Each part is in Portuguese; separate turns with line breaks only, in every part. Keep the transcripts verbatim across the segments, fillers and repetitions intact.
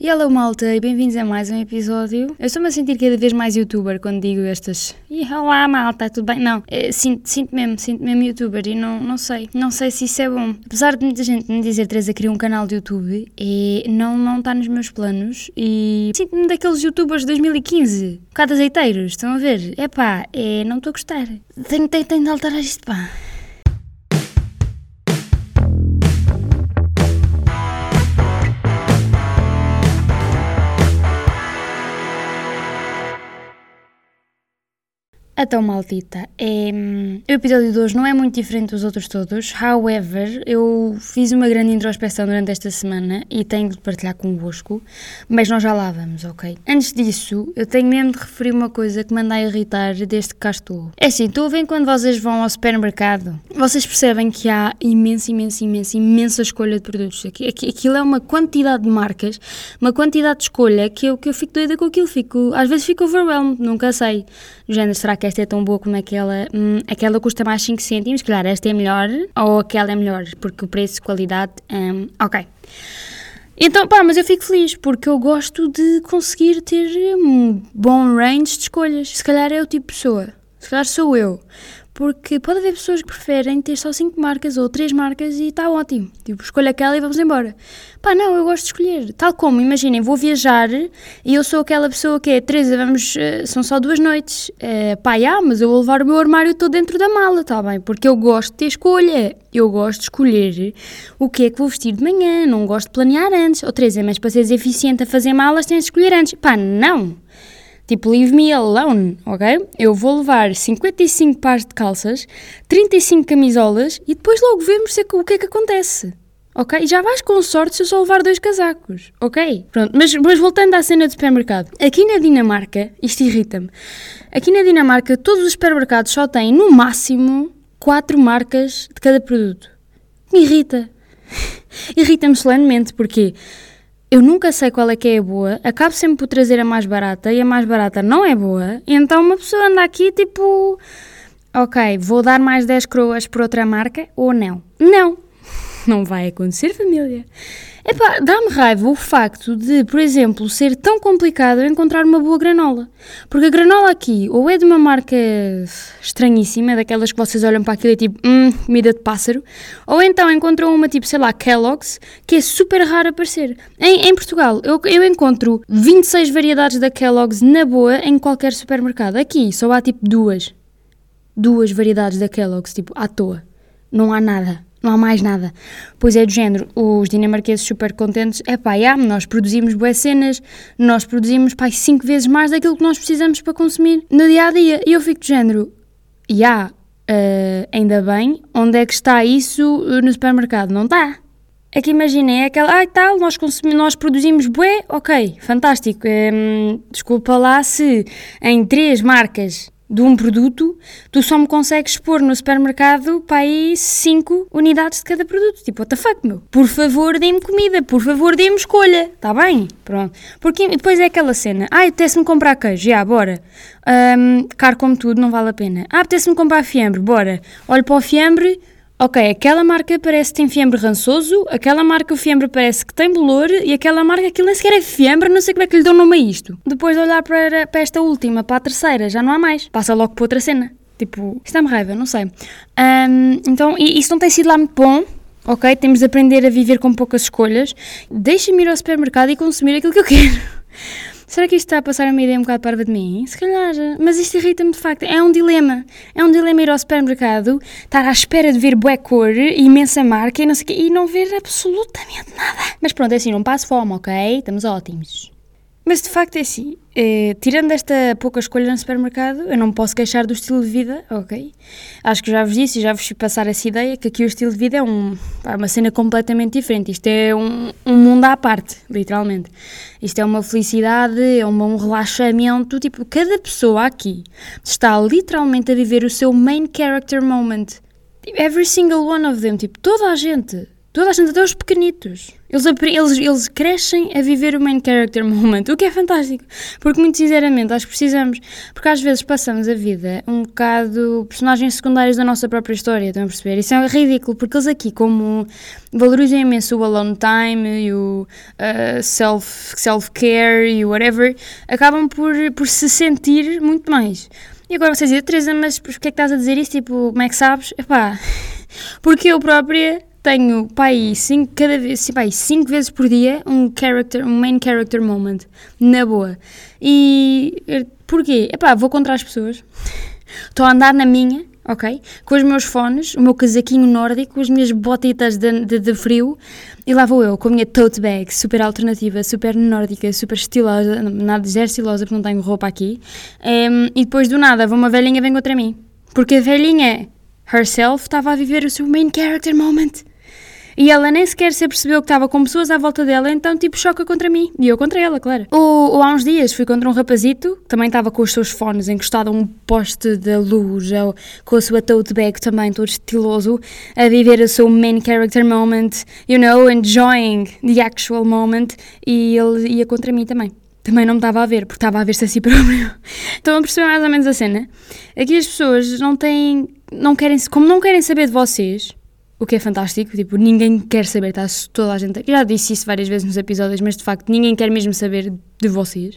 E hello malta, e bem-vindos a mais um episódio. Eu estou-me a sentir cada vez mais youtuber quando digo estas e olá malta, tudo bem? Não, é, sinto, sinto mesmo, sinto mesmo youtuber e não, não sei, não sei se isso é bom. Apesar de muita gente me dizer, Teresa, queria um canal de YouTube, e não, não está nos meus planos e sinto-me daqueles youtubers de dois mil e quinze, um bocado azeiteiros, estão a ver? Epá, é, não estou a gostar, tenho, tenho, tenho de alterar isto, pá. Então, maldita, é, o episódio de hoje não é muito diferente dos outros todos, however, eu fiz uma grande introspeção durante esta semana e tenho de partilhar convosco, mas nós já lá vamos, ok? Antes disso, eu tenho mesmo de referir uma coisa que me anda a irritar desde que cá estou. É assim, estou a ver quando vocês vão ao supermercado, vocês percebem que há imensa, imensa, imensa, imensa escolha de produtos. Aquilo é uma quantidade de marcas, uma quantidade de escolha que eu, que eu fico doida com aquilo, fico, às vezes fico overwhelmed, nunca sei. Do género, será que esta é tão boa como aquela? Hum, aquela custa mais cinco cêntimos, claro, esta é melhor, ou aquela é melhor, porque o preço, qualidade, hum, ok. Então, pá, mas eu fico feliz, porque eu gosto de conseguir ter um bom range de escolhas. Se calhar é o tipo de pessoa, se calhar sou eu. Porque pode haver pessoas que preferem ter só cinco marcas ou três marcas e está ótimo. Tipo, escolha aquela e vamos embora. Pá, não, eu gosto de escolher. Tal como, imaginem, vou viajar e eu sou aquela pessoa que é, Teresa, vamos, uh, são só duas noites. Uh, pá, já, mas eu vou levar o meu armário todo dentro da mala, está bem? Porque eu gosto de ter escolha. Eu gosto de escolher o que é que vou vestir de manhã. Não gosto de planear antes. Ou Teresa, mas para seres eficiente a fazer malas tens de escolher antes. Pá, não. Tipo, leave me alone, ok? Eu vou levar cinquenta e cinco pares de calças, trinta e cinco camisolas e depois logo vemos o que é que acontece, ok? Já vais com sorte se eu só levar dois casacos, ok? Pronto, mas, mas voltando à cena do supermercado. Aqui na Dinamarca, isto irrita-me, aqui na Dinamarca todos os supermercados só têm no máximo quatro marcas de cada produto. Me irrita. Irrita-me solenemente, porque eu nunca sei qual é que é a boa, acabo sempre por trazer a mais barata e a mais barata não é boa, então uma pessoa anda aqui tipo, ok, vou dar mais dez coroas por outra marca ou não? Não, não vai acontecer, família. Epá, dá-me raiva o facto de, por exemplo, ser tão complicado encontrar uma boa granola. Porque a granola aqui ou é de uma marca estranhíssima, daquelas que vocês olham para aquilo e tipo, hum, comida de pássaro, ou então encontram uma tipo, sei lá, Kellogg's, que é super raro aparecer. Em, em Portugal, eu, eu encontro vinte e seis variedades da Kellogg's na boa em qualquer supermercado. Aqui só há tipo duas. Duas variedades da Kellogg's, tipo, à toa. Não há nada. Não há mais nada. Pois é do género, os dinamarqueses super contentes, é pá, yeah, nós produzimos boas cenas, nós produzimos, pá, cinco vezes mais daquilo que nós precisamos para consumir no dia-a-dia. E eu fico do género, já, yeah, uh, ainda bem, onde é que está isso no supermercado? Não está. É que imaginem, é aquela, ai ah, tal, nós, consumimos, nós produzimos bué, ok, fantástico, um, desculpa lá se em três marcas de um produto, tu só me consegues pôr no supermercado para aí cinco unidades de cada produto. Tipo, what the fuck, meu? Por favor, dê-me comida, por favor, dê-me escolha. Está bem? Pronto. Porque depois é aquela cena. Ah, apetece-me comprar queijo. Já, bora. Um, caro como tudo, não vale a pena. Ah, apetece-me comprar fiambre. Bora. Olho para o fiambre. Ok, aquela marca parece que tem fiambre rançoso, aquela marca o fiambre parece que tem bolor e aquela marca aquilo nem sequer é fiambre, não sei como é que lhe dão nome a isto. Depois de olhar para, para esta última, para a terceira, já não há mais. Passa logo para outra cena. Tipo, isto dá-me raiva, não sei. Um, então, e isso não tem sido lá muito bom, ok? Temos de aprender a viver com poucas escolhas. Deixa-me ir ao supermercado e consumir aquilo que eu quero. Será que isto está a passar uma ideia um bocado parva de mim? Se calhar, mas isto irrita-me de facto. É um dilema. É um dilema ir ao supermercado, estar à espera de ver bué cor, imensa marca e não sei o quê, e não ver absolutamente nada. Mas pronto, é assim, não passo fome, ok? Estamos ótimos. Mas de facto é assim, eh, tirando esta pouca escolha no supermercado, eu não me posso queixar do estilo de vida, ok? Acho que já vos disse e já vos fui passar essa ideia que aqui o estilo de vida é um, pá, uma cena completamente diferente. Isto é um, um mundo à parte, literalmente. Isto é uma felicidade, é um, um relaxamento, tipo, cada pessoa aqui está literalmente a viver o seu main character moment. Every single one of them, tipo, toda a gente... Toda a gente, até os pequenitos. Eles, eles, eles crescem a viver o main character moment, o que é fantástico, porque muito sinceramente acho que precisamos, porque às vezes passamos a vida um bocado personagens secundários da nossa própria história, estão a perceber? Isso é ridículo, porque eles aqui, como valorizam imenso o alone time e o uh, self, self-care e whatever, acabam por, por se sentir muito mais. E agora vocês dizem, Teresa, mas porquê é que estás a dizer isso? Tipo, como é que sabes? Epá, porque eu própria tenho, pai, cinco, cada vez, pai, cinco vezes por dia um character, um main character moment, na boa. E porquê? Epá, vou contra as pessoas, estou a andar na minha, ok? Com os meus fones, o meu casaquinho nórdico, as minhas botitas de, de, de frio, e lá vou eu com a minha tote bag, super alternativa, super nórdica, super estilosa, nada de zero estilosa porque não tenho roupa aqui, um, e depois do nada, vou uma velhinha vem contra mim, porque a velhinha herself estava a viver o seu main character moment. E ela nem sequer se apercebeu que estava com pessoas à volta dela, então tipo choca contra mim. E eu contra ela, claro. Ou, ou há uns dias fui contra um rapazito, que também estava com os seus fones encostado a um poste da luz, ou com a sua tote bag também, todo estiloso, a viver o seu main character moment, you know, enjoying the actual moment, e ele ia contra mim também. Também não me estava a ver, porque estava a ver-se a si próprio. Estão a perceber mais ou menos a cena? Aqui as pessoas não têm, não querem, como não querem saber de vocês, o que é fantástico, tipo, ninguém quer saber, está toda a gente, eu já disse isso várias vezes nos episódios, mas de facto ninguém quer mesmo saber de vocês.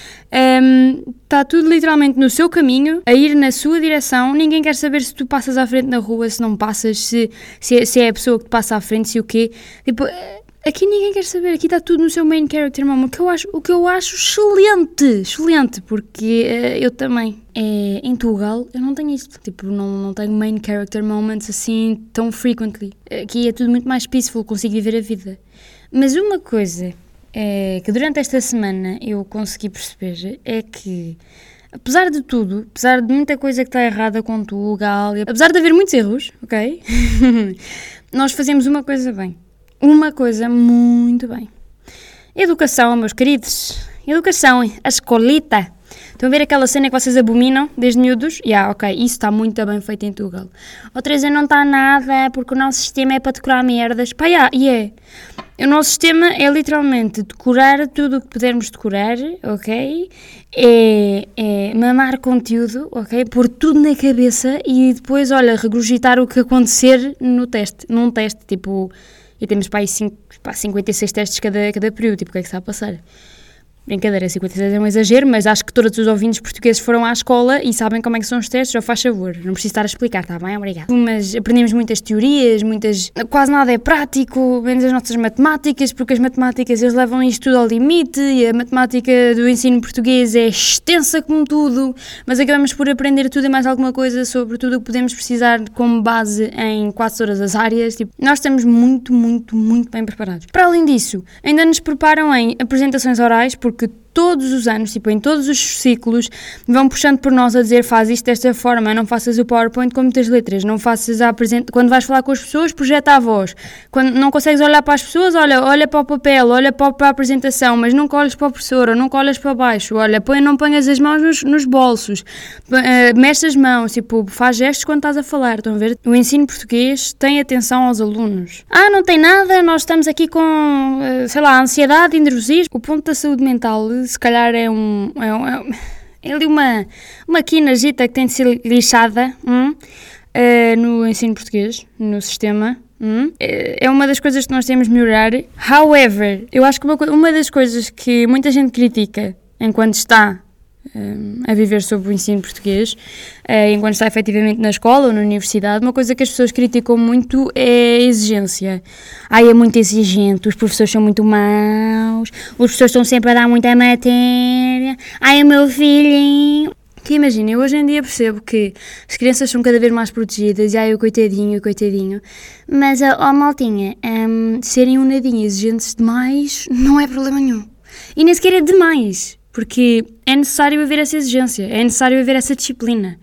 Um, está tudo literalmente no seu caminho, a ir na sua direção, ninguém quer saber se tu passas à frente na rua, se não passas, se, se, é, se é a pessoa que te passa à frente, se o quê, tipo, aqui ninguém quer saber, aqui está tudo no seu main character moment, o que eu acho, o que eu acho excelente, excelente, porque uh, eu também, é, em Tugal, eu não tenho isto, tipo, não, não tenho main character moments assim tão frequently, aqui é tudo muito mais peaceful, consigo viver a vida, mas uma coisa é, que durante esta semana eu consegui perceber é que, apesar de tudo, apesar de muita coisa que está errada com Tugal, apesar de haver muitos erros, ok, nós fazemos uma coisa bem. Uma coisa muito bem. Educação, meus queridos. Educação, a escolita. Estão a ver aquela cena que vocês abominam desde miúdos? Já, yeah, ok, isso está muito bem feito em Tugal. Outra vez não está nada, porque o nosso sistema é para decorar merdas. Pá, já, e é. O nosso sistema é literalmente decorar tudo o que pudermos decorar, ok? É, é mamar conteúdo, ok? Pôr tudo na cabeça e depois, olha, regurgitar o que acontecer no teste. Num teste, tipo... E temos para aí cinco, pá, cinquenta e seis testes cada, cada período, tipo, o que é que está a passar? Brincadeira, cinquenta e seis é um exagero, mas acho que todos os ouvintes portugueses foram à escola e sabem como é que são os testes, já faz favor, não preciso estar a explicar, está bem? Obrigada. Mas aprendemos muitas teorias, muitas, quase nada é prático, menos as nossas matemáticas, porque as matemáticas eles levam isto tudo ao limite e a matemática do ensino português é extensa como tudo, mas acabamos por aprender tudo e mais alguma coisa sobre tudo o que podemos precisar como base em quase todas as áreas, tipo, nós estamos muito, muito, muito bem preparados. Para além disso, ainda nos preparam em apresentações orais, porque porque todos os anos, tipo, em todos os ciclos, vão puxando por nós a dizer faz isto desta forma, não faças o PowerPoint com muitas letras, não faças a apresentação, quando vais falar com as pessoas, projeta a voz, quando não consegues olhar para as pessoas, olha, olha para o papel, olha para a apresentação, mas nunca olhes para o professor, ou nunca olhas para baixo, olha, põe, não ponhas as mãos nos, nos bolsos, uh, mexe as mãos, tipo, faz gestos quando estás a falar, estão a ver? O ensino português tem atenção aos alunos. Ah, não tem nada, nós estamos aqui com, uh, sei lá, ansiedade, nervosismo, o ponto da saúde mental se calhar é um... É, um, é ali uma, uma quinagita que tem de ser lixada hum, uh, no ensino português, no sistema. Hum, é uma das coisas que nós temos de melhorar. However, eu acho que uma, uma das coisas que muita gente critica enquanto está um, a viver sobre o ensino português, uh, enquanto está efetivamente na escola ou na universidade, uma coisa que as pessoas criticam muito é a exigência. Ai, é muito exigente, os professores são muito maus, os professores estão sempre a dar muita matéria, ai, o meu filhinho... Que imagina, eu hoje em dia percebo que as crianças são cada vez mais protegidas, e ai, o coitadinho, o coitadinho, mas, ó oh, maltinha, um, serem um nadinho exigentes demais não é problema nenhum. E nem sequer é demais. Porque é necessário haver essa exigência, é necessário haver essa disciplina.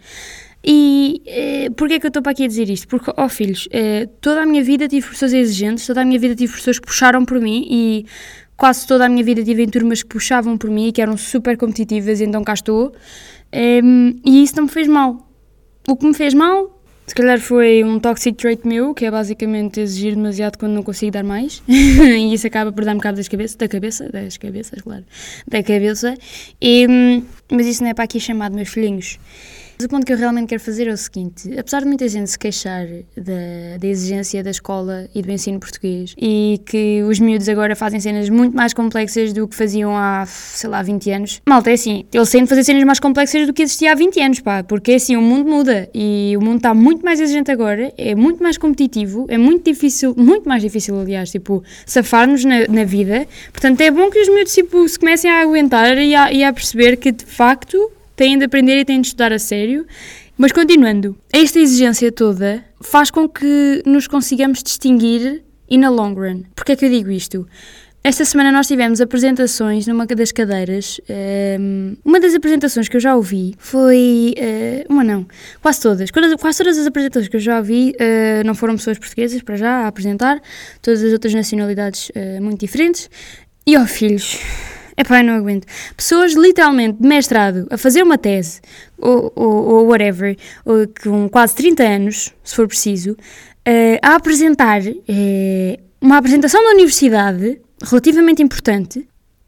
E eh, porquê é que eu estou para aqui a dizer isto? Porque, ó oh, filhos, eh, toda a minha vida tive professores exigentes, toda a minha vida tive professores que puxaram por mim e quase toda a minha vida tive em turmas que puxavam por mim e que eram super competitivas, então cá estou. Um, e isso não me fez mal. O que me fez mal Se calhar foi um toxic trait meu, que é basicamente exigir demasiado quando não consigo dar mais. E isso acaba por dar-me cabo das cabeças, da cabeça, das cabeças, claro, da cabeça. E, mas isso não é para aqui chamar de meus filhinhos. Mas o ponto que eu realmente quero fazer é o seguinte: apesar de muita gente se queixar da, da exigência da escola e do ensino português e que os miúdos agora fazem cenas muito mais complexas do que faziam há, sei lá, vinte anos, malta, é assim, eles têm de fazer cenas mais complexas do que existia há vinte anos, pá, porque é assim, o mundo muda e o mundo está muito mais exigente agora, é muito mais competitivo, é muito difícil, muito mais difícil, aliás, tipo, safar-nos na, na vida. Portanto, é bom que os miúdos, tipo, se comecem a aguentar e a, e a perceber que, de facto, têm de aprender e têm de estudar a sério. Mas continuando, esta exigência toda faz com que nos consigamos distinguir e na long run. Porquê é que eu digo isto? Esta semana nós tivemos apresentações numa das cadeiras. Um, uma das apresentações que eu já ouvi foi... Uh, uma não, quase todas. Quase todas as apresentações que eu já ouvi uh, não foram pessoas portuguesas, para já, a apresentar. Todas as outras nacionalidades uh, muito diferentes. E, ó filhos... Epá, eu não aguento. Pessoas literalmente de mestrado a fazer uma tese, ou, ou, ou whatever, ou, com quase trinta anos, se for preciso, uh, a apresentar uh, uma apresentação da universidade, relativamente importante,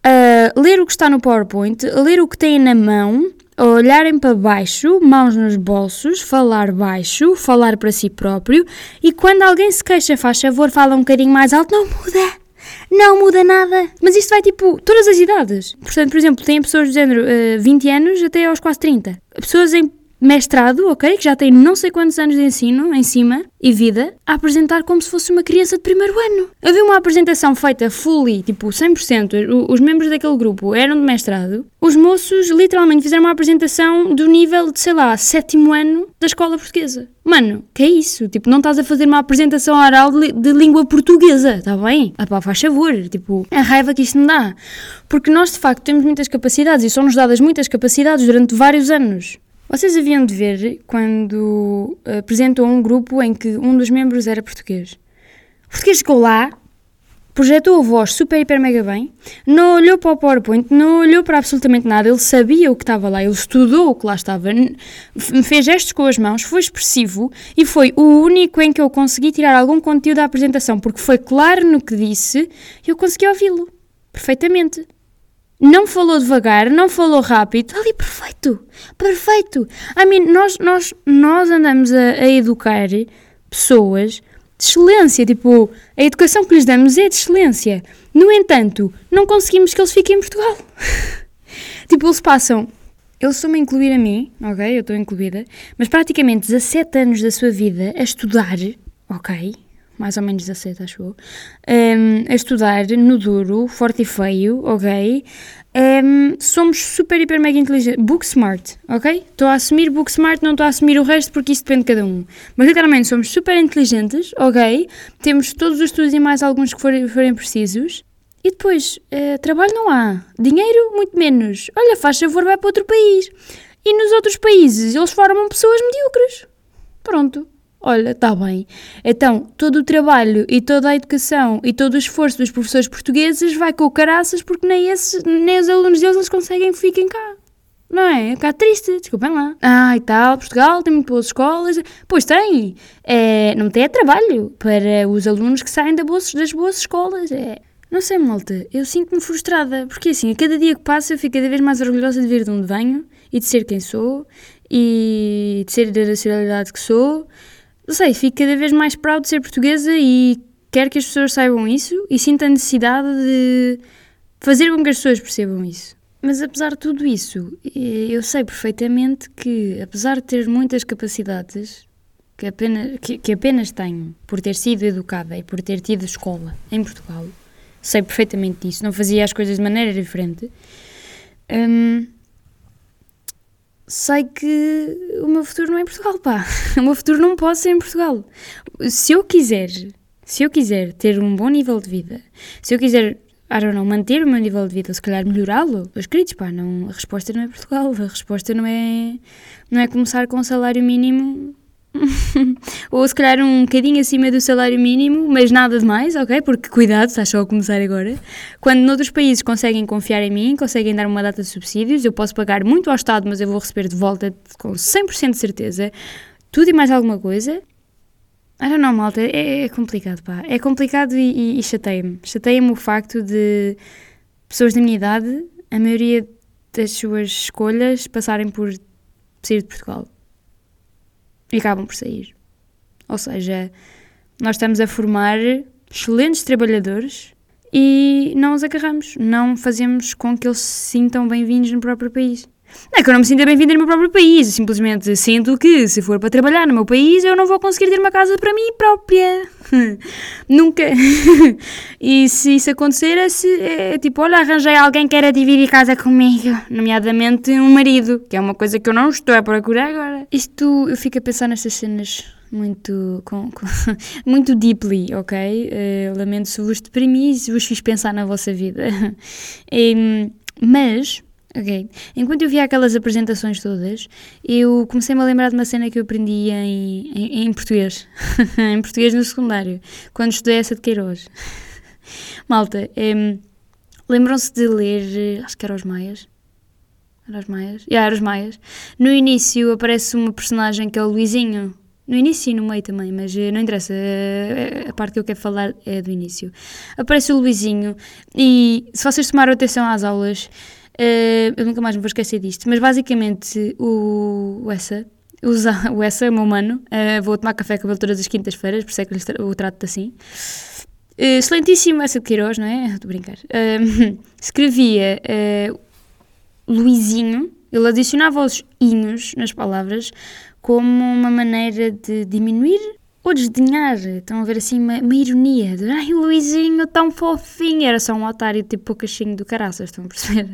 a ler o que está no PowerPoint, a ler o que têm na mão, a olharem para baixo, mãos nos bolsos, falar baixo, falar para si próprio, e quando alguém se queixa, faz favor, fala um bocadinho mais alto, não muda. Não muda nada. Mas isto vai, tipo, todas as idades. Portanto, por exemplo, tem pessoas do género uh, vinte anos até aos quase trinta. Pessoas em mestrado, ok, que já têm não sei quantos anos de ensino em cima e vida, a apresentar como se fosse uma criança de primeiro ano. Eu vi uma apresentação feita fully, tipo, cem por cento, os membros daquele grupo eram de mestrado. Os moços, literalmente, fizeram uma apresentação do nível de, sei lá, sétimo ano da escola portuguesa. Mano, que é isso? Tipo, não estás a fazer uma apresentação oral de, de língua portuguesa, está bem? Ah pá, faz favor, tipo, a raiva que isto me dá. Porque nós, de facto, temos muitas capacidades e são-nos dadas muitas capacidades durante vários anos. Vocês haviam de ver quando apresentou um grupo em que um dos membros era português. O português chegou lá, projetou a voz super, hiper, mega bem, não olhou para o PowerPoint, não olhou para absolutamente nada, ele sabia o que estava lá, ele estudou o que lá estava, fez gestos com as mãos, foi expressivo e foi o único em que eu consegui tirar algum conteúdo da apresentação, porque foi claro no que disse e eu consegui ouvi-lo perfeitamente. Não falou devagar, não falou rápido, ali perfeito, perfeito. I mean, nós, nós, nós andamos a, a educar pessoas de excelência, tipo, a educação que lhes damos é de excelência. No entanto, não conseguimos que eles fiquem em Portugal. Tipo, eles passam, eles estão-me a incluir a mim, ok, eu estou incluída, mas praticamente dezassete anos da sua vida a estudar, ok, mais ou menos dezassete, acho eu, um, a estudar no duro, forte e feio, ok? Um, somos super, hiper, mega inteligentes. Book smart, ok? Estou a assumir book smart, não estou a assumir o resto porque isso depende de cada um. Mas literalmente somos super inteligentes, ok? Temos todos os estudos e mais alguns que forem, forem precisos. E depois, uh, trabalho não há. Dinheiro, muito menos. Olha, faz favor, vai para outro país. E nos outros países eles formam pessoas medíocres. Pronto. Olha, está bem. Então, todo o trabalho e toda a educação e todo o esforço dos professores portugueses vai com o caraças porque nem, esses, nem os alunos deles eles conseguem fiquem cá. Não é? É um bocado triste, desculpem lá. Ah, e tal, Portugal tem muito boas escolas. Pois tem. É, não tem é trabalho para os alunos que saem das boas, das boas escolas. É. Não sei, malta, eu sinto-me frustrada. Porque assim, a cada dia que passa eu fico cada vez mais orgulhosa de vir de onde venho e de ser quem sou e de ser da nacionalidade que sou. Não sei, fico cada vez mais proud de ser portuguesa e quero que as pessoas saibam isso e sinto a necessidade de fazer com que as pessoas percebam isso. Mas apesar de tudo isso, eu sei perfeitamente que, apesar de ter muitas capacidades que apenas, que, que apenas tenho por ter sido educada e por ter tido escola em Portugal, sei perfeitamente disso, não fazia as coisas de maneira diferente, hum, sei que o meu futuro não é em Portugal, pá. O meu futuro não pode ser em Portugal. Se eu quiser, se eu quiser ter um bom nível de vida, se eu quiser, I don't know, manter o meu nível de vida, ou se calhar melhorá-lo, meus queridos, pá, não, a resposta não é Portugal. A resposta não é, não é começar com um salário mínimo ou se calhar um bocadinho acima do salário mínimo, mas nada de mais, ok? Porque cuidado, estás só a começar agora. Quando noutros países conseguem confiar em mim, conseguem dar uma data de subsídios, eu posso pagar muito ao Estado, mas eu vou receber de volta com cem por cento de certeza. tudo e mais alguma coisa. I don't know, malta, é, é complicado, pá. É complicado e, e, e chateia-me. Chateia-me o facto de pessoas da minha idade, a maioria das suas escolhas, passarem por sair de Portugal. E acabam por sair. Ou seja, nós estamos a formar excelentes trabalhadores e não os agarramos. Não fazemos com que eles se sintam bem-vindos no próprio país. Não é que eu não me sinta bem-vinda no meu próprio país, eu simplesmente sinto que se for para trabalhar no meu país eu não vou conseguir ter uma casa para mim própria. Nunca. E se isso acontecer é, se, é tipo, olha, arranjei alguém que queira dividir casa comigo, nomeadamente um marido, que é uma coisa que eu não estou a procurar agora. Isto, eu fico a pensar nestas cenas muito, com, com, muito deeply, ok? Uh, lamento se vos deprimi, se vos fiz pensar na vossa vida. E, mas... Ok, enquanto eu via aquelas apresentações todas, eu comecei-me a lembrar de uma cena que eu aprendi em, em, em português, em português no secundário, quando estudei essa de Queiroz. Malta, é, lembram-se de ler, acho que era os Maias, era os Maias, yeah, era os Maias, no início aparece uma personagem que é o Luizinho, no início e no meio também, mas não interessa, a, a parte que eu quero falar é do início. Aparece o Luizinho e se vocês tomaram atenção às aulas, Uh, eu nunca mais me vou esquecer disto, mas basicamente o, o Essa, o, o Essa, o meu mano, uh, vou tomar café com ele todas as quintas-feiras, por isso é que lhe o trato assim. Uh, excelentíssimo Essa de Queiroz, não é? Estou a brincar. Uh, escrevia uh, Luizinho, ele adicionava os inhos nas palavras como uma maneira de diminuir ou desdenhar. Estão a ver assim uma, uma ironia de ai, o Luizinho tão fofinho, era só um otário tipo poucachinho do caraças, estão a perceber?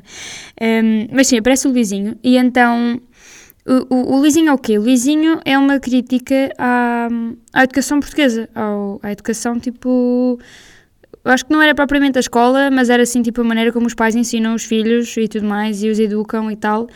Um, mas sim, aparece o Luizinho e então o, o, o Luizinho é o quê? O Luizinho é uma crítica à, à educação portuguesa, ao, à educação tipo... Eu acho que não era propriamente a escola, mas era assim tipo a maneira como os pais ensinam os filhos e tudo mais, e os educam e tal.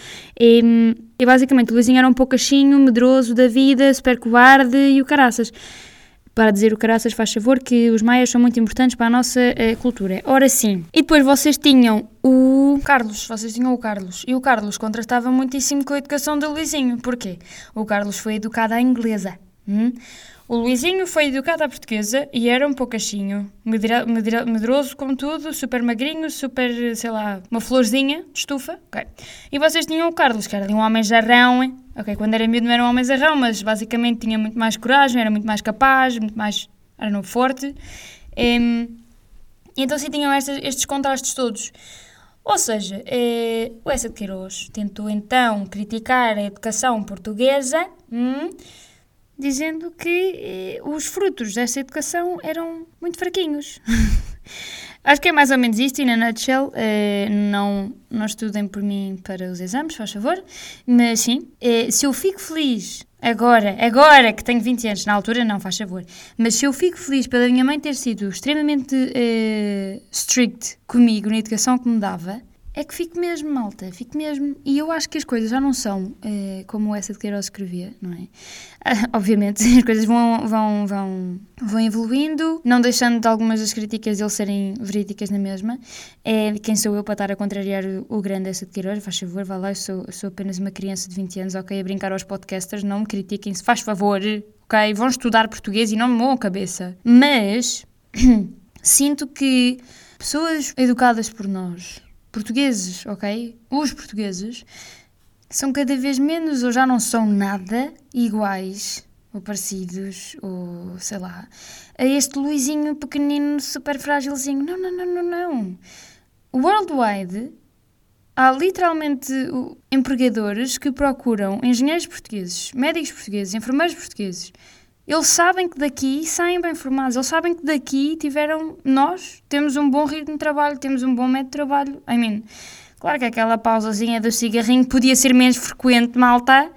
E, e basicamente o Luizinho era um poucachinho medroso da vida, super covarde e o caraças. Para dizer o caraças, faz favor, que os maias são muito importantes para a nossa uh, cultura. Ora sim. E depois vocês tinham o Carlos, vocês tinham o Carlos. E o Carlos contrastava muitíssimo com a educação do Luizinho. Porquê? O Carlos foi educado à inglesa. Hum? O Luizinho foi educado à portuguesa e era um poucachinho, medra, medra, medroso como tudo, super magrinho, super, sei lá, uma florzinha de estufa, ok. E vocês tinham o Carlos, que era ali um homem jarrão, hein? Ok, quando era miúdo não era um homem jarrão, mas basicamente tinha muito mais coragem, era muito mais capaz, muito mais, era novo, forte. E, e então sim tinham estes, estes contrastes todos. Ou seja, eh, o Essa de Queiroz tentou então criticar a educação portuguesa, hum, dizendo que eh, os frutos dessa educação eram muito fraquinhos. Acho que é mais ou menos isto, e na nutshell, eh, não, não estudem por mim para os exames, faz favor, mas sim, eh, se eu fico feliz agora, agora que tenho vinte anos, na altura não, faz favor, mas se eu fico feliz pela minha mãe ter sido extremamente eh, strict comigo na educação que me dava, é que fico mesmo, malta, fico mesmo. E eu acho que as coisas já não são eh, como essa de Queiroz escrevia, não é? Ah, obviamente, as coisas vão, vão, vão, vão evoluindo, não deixando de algumas das críticas dele serem verídicas na mesma. É, quem sou eu para estar a contrariar o, o grande Essa de Queiroz? Faz favor, vá lá, eu sou, eu sou apenas uma criança de vinte anos, ok, a brincar aos podcasters, não me critiquem, se faz favor, ok? Vão estudar português e não me moam a cabeça. Mas, sinto que pessoas educadas por nós... portugueses, ok? Os portugueses são cada vez menos ou já não são nada iguais ou parecidos ou, sei lá, a este Luizinho pequenino, super frágilzinho. Não, não, não, não, não. Worldwide há literalmente empregadores que procuram engenheiros portugueses, médicos portugueses, enfermeiros portugueses. Eles sabem que daqui saem bem formados, eles sabem que daqui tiveram, nós temos um bom ritmo de trabalho, temos um bom método de trabalho. I mean, claro que aquela pausazinha do cigarrinho podia ser menos frequente, malta,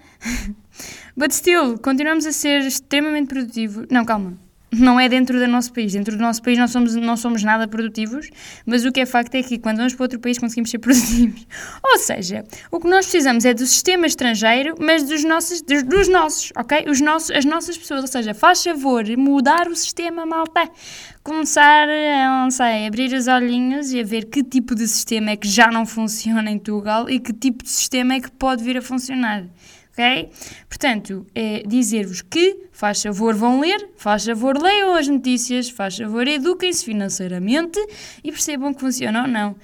but still, continuamos a ser extremamente produtivos. Não, calma, não é dentro do nosso país, dentro do nosso país não somos, não somos nada produtivos, mas o que é facto é que quando vamos para outro país conseguimos ser produtivos. Ou seja, o que nós precisamos é do sistema estrangeiro, mas dos nossos, dos, dos nossos, ok? Os nossos, as nossas pessoas, ou seja, faz favor mudar o sistema, malta. Começar a, não sei, abrir os olhinhos e a ver que tipo de sistema é que já não funciona em Portugal e que tipo de sistema é que pode vir a funcionar. ok? Portanto, é dizer-vos que, faz favor, vão ler, faz favor, leiam as notícias, faz favor, eduquem-se financeiramente e percebam que funciona ou não.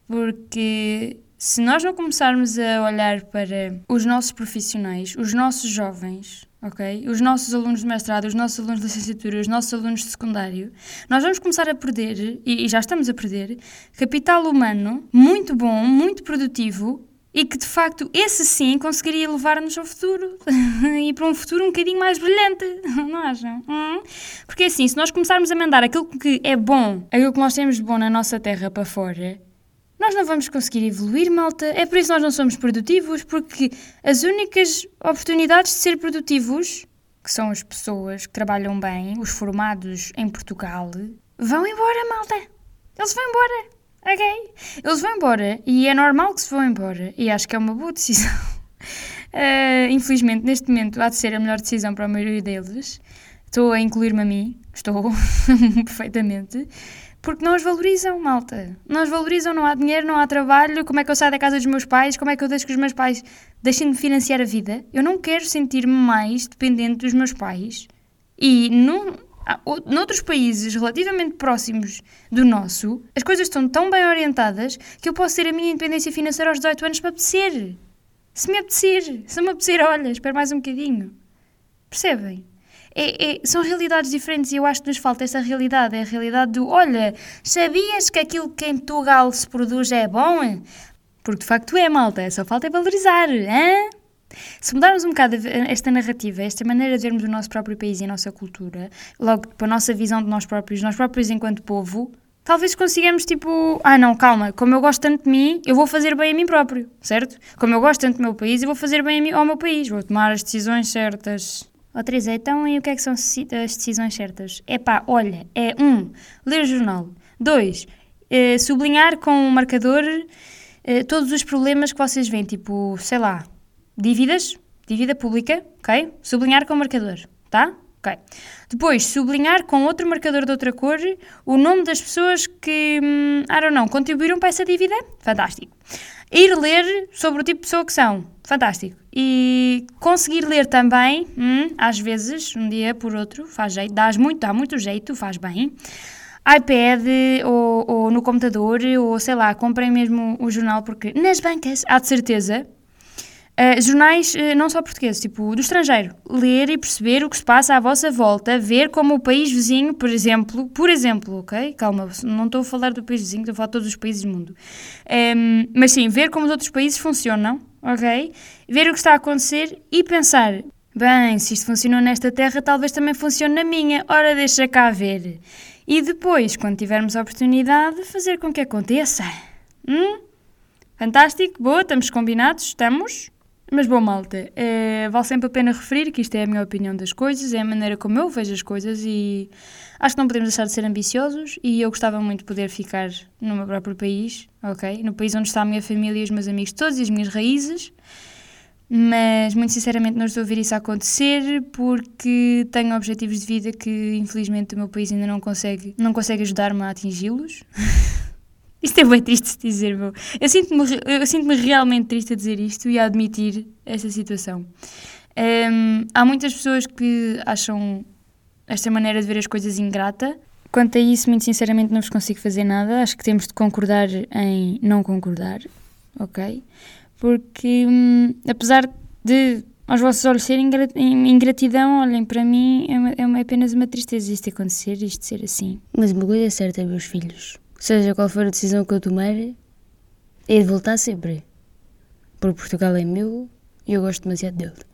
Porque se nós não começarmos a olhar para os nossos profissionais, os nossos jovens, ok? Os nossos alunos de mestrado, os nossos alunos de licenciatura, os nossos alunos de secundário, nós vamos começar a perder, e, e já estamos a perder, capital humano muito bom, muito produtivo, e que de facto esse sim conseguiria levar-nos ao futuro e para um futuro um bocadinho mais brilhante, não acham? Hum? Porque assim, se nós começarmos a mandar aquilo que é bom, aquilo que nós temos de bom na nossa terra para fora, nós não vamos conseguir evoluir, malta. É por isso que nós não somos produtivos, porque as únicas oportunidades de ser produtivos, que são as pessoas que trabalham bem, os formados em Portugal, vão embora, malta. Eles vão embora, ok? Eles vão embora e é normal que se vão embora e acho que é uma boa decisão. uh, infelizmente, neste momento, há de ser a melhor decisão para a maioria deles. Estou a incluir-me a mim, estou perfeitamente. Porque não os valorizam, malta. Não os valorizam, não há dinheiro, não há trabalho. Como é que eu saio da casa dos meus pais? Como é que eu deixo que os meus pais deixem de financiar a vida? Eu não quero sentir-me mais dependente dos meus pais. E num, noutros países relativamente próximos do nosso, as coisas estão tão bem orientadas que eu posso ter a minha independência financeira aos dezoito anos se me apetecer. Se me apetecer. Se me apetecer, olha, espero mais um bocadinho. Percebem? É, é, são realidades diferentes e eu acho que nos falta essa realidade. É a realidade do, olha, sabias que aquilo que em Portugal se produz é bom? Porque de facto é, malta, só falta é valorizar, hein? Se mudarmos um bocado esta narrativa, esta maneira de vermos o nosso próprio país e a nossa cultura, logo para a nossa visão de nós próprios, nós próprios enquanto povo, talvez consigamos tipo, ah não, calma, como eu gosto tanto de mim, eu vou fazer bem a mim próprio, certo? Como eu gosto tanto do meu país, eu vou fazer bem a mim, ao meu país, vou tomar as decisões certas. Ó Teresa, então e o que é que são as decisões certas? É pá, olha, é um, ler o jornal. Dois, eh, sublinhar com um marcador eh, todos os problemas que vocês veem, tipo, sei lá, dívidas, dívida pública, ok? Sublinhar com um marcador, tá? Ok. Depois, sublinhar com outro marcador de outra cor o nome das pessoas que, hum, I don't know, contribuíram para essa dívida. Fantástico. Ir ler sobre o tipo de pessoa que são. Fantástico. E conseguir ler também, hum, às vezes, um dia por outro, faz jeito, dá muito, dá muito jeito, faz bem. iPad ou, ou no computador, ou sei lá, comprem mesmo o jornal, porque nas bancas, há de certeza, uh, jornais uh, não só portugueses, tipo do estrangeiro. Ler e perceber o que se passa à vossa volta, ver como o país vizinho, por exemplo, por exemplo, ok? Calma, não estou a falar do país vizinho, estou a falar de todos os países do mundo. Um, mas sim, ver como os outros países funcionam, ok? Ver o que está a acontecer e pensar, bem, se isto funcionou nesta terra, talvez também funcione na minha, ora deixa cá ver. E depois, quando tivermos a oportunidade, fazer com que aconteça. Hum? Fantástico, boa, estamos combinados, estamos. Mas bom, malta, é, vale sempre a pena referir que isto é a minha opinião das coisas, é a maneira como eu vejo as coisas e acho que não podemos deixar de ser ambiciosos e eu gostava muito de poder ficar no meu próprio país, ok? No país onde está a minha família e os meus amigos todos e as minhas raízes, mas muito sinceramente não estou a ver isso acontecer porque tenho objetivos de vida que infelizmente o meu país ainda não consegue, não consegue ajudar-me a atingi-los. Isto é bem triste de dizer, meu. Eu sinto-me, eu sinto-me realmente triste a dizer isto e a admitir esta situação. Um, há muitas pessoas que acham esta maneira de ver as coisas ingrata. Quanto a isso, muito sinceramente, não vos consigo fazer nada. Acho que temos de concordar em não concordar, ok? Porque, hum, apesar de aos vossos olhos ser ingratidão, olhem, para mim é, uma, é uma, apenas uma tristeza isto acontecer, isto ser assim. Mas uma coisa é certa, meus filhos. Seja qual for a decisão que eu tomar, é de voltar sempre. Porque Portugal é meu e eu gosto demasiado dele.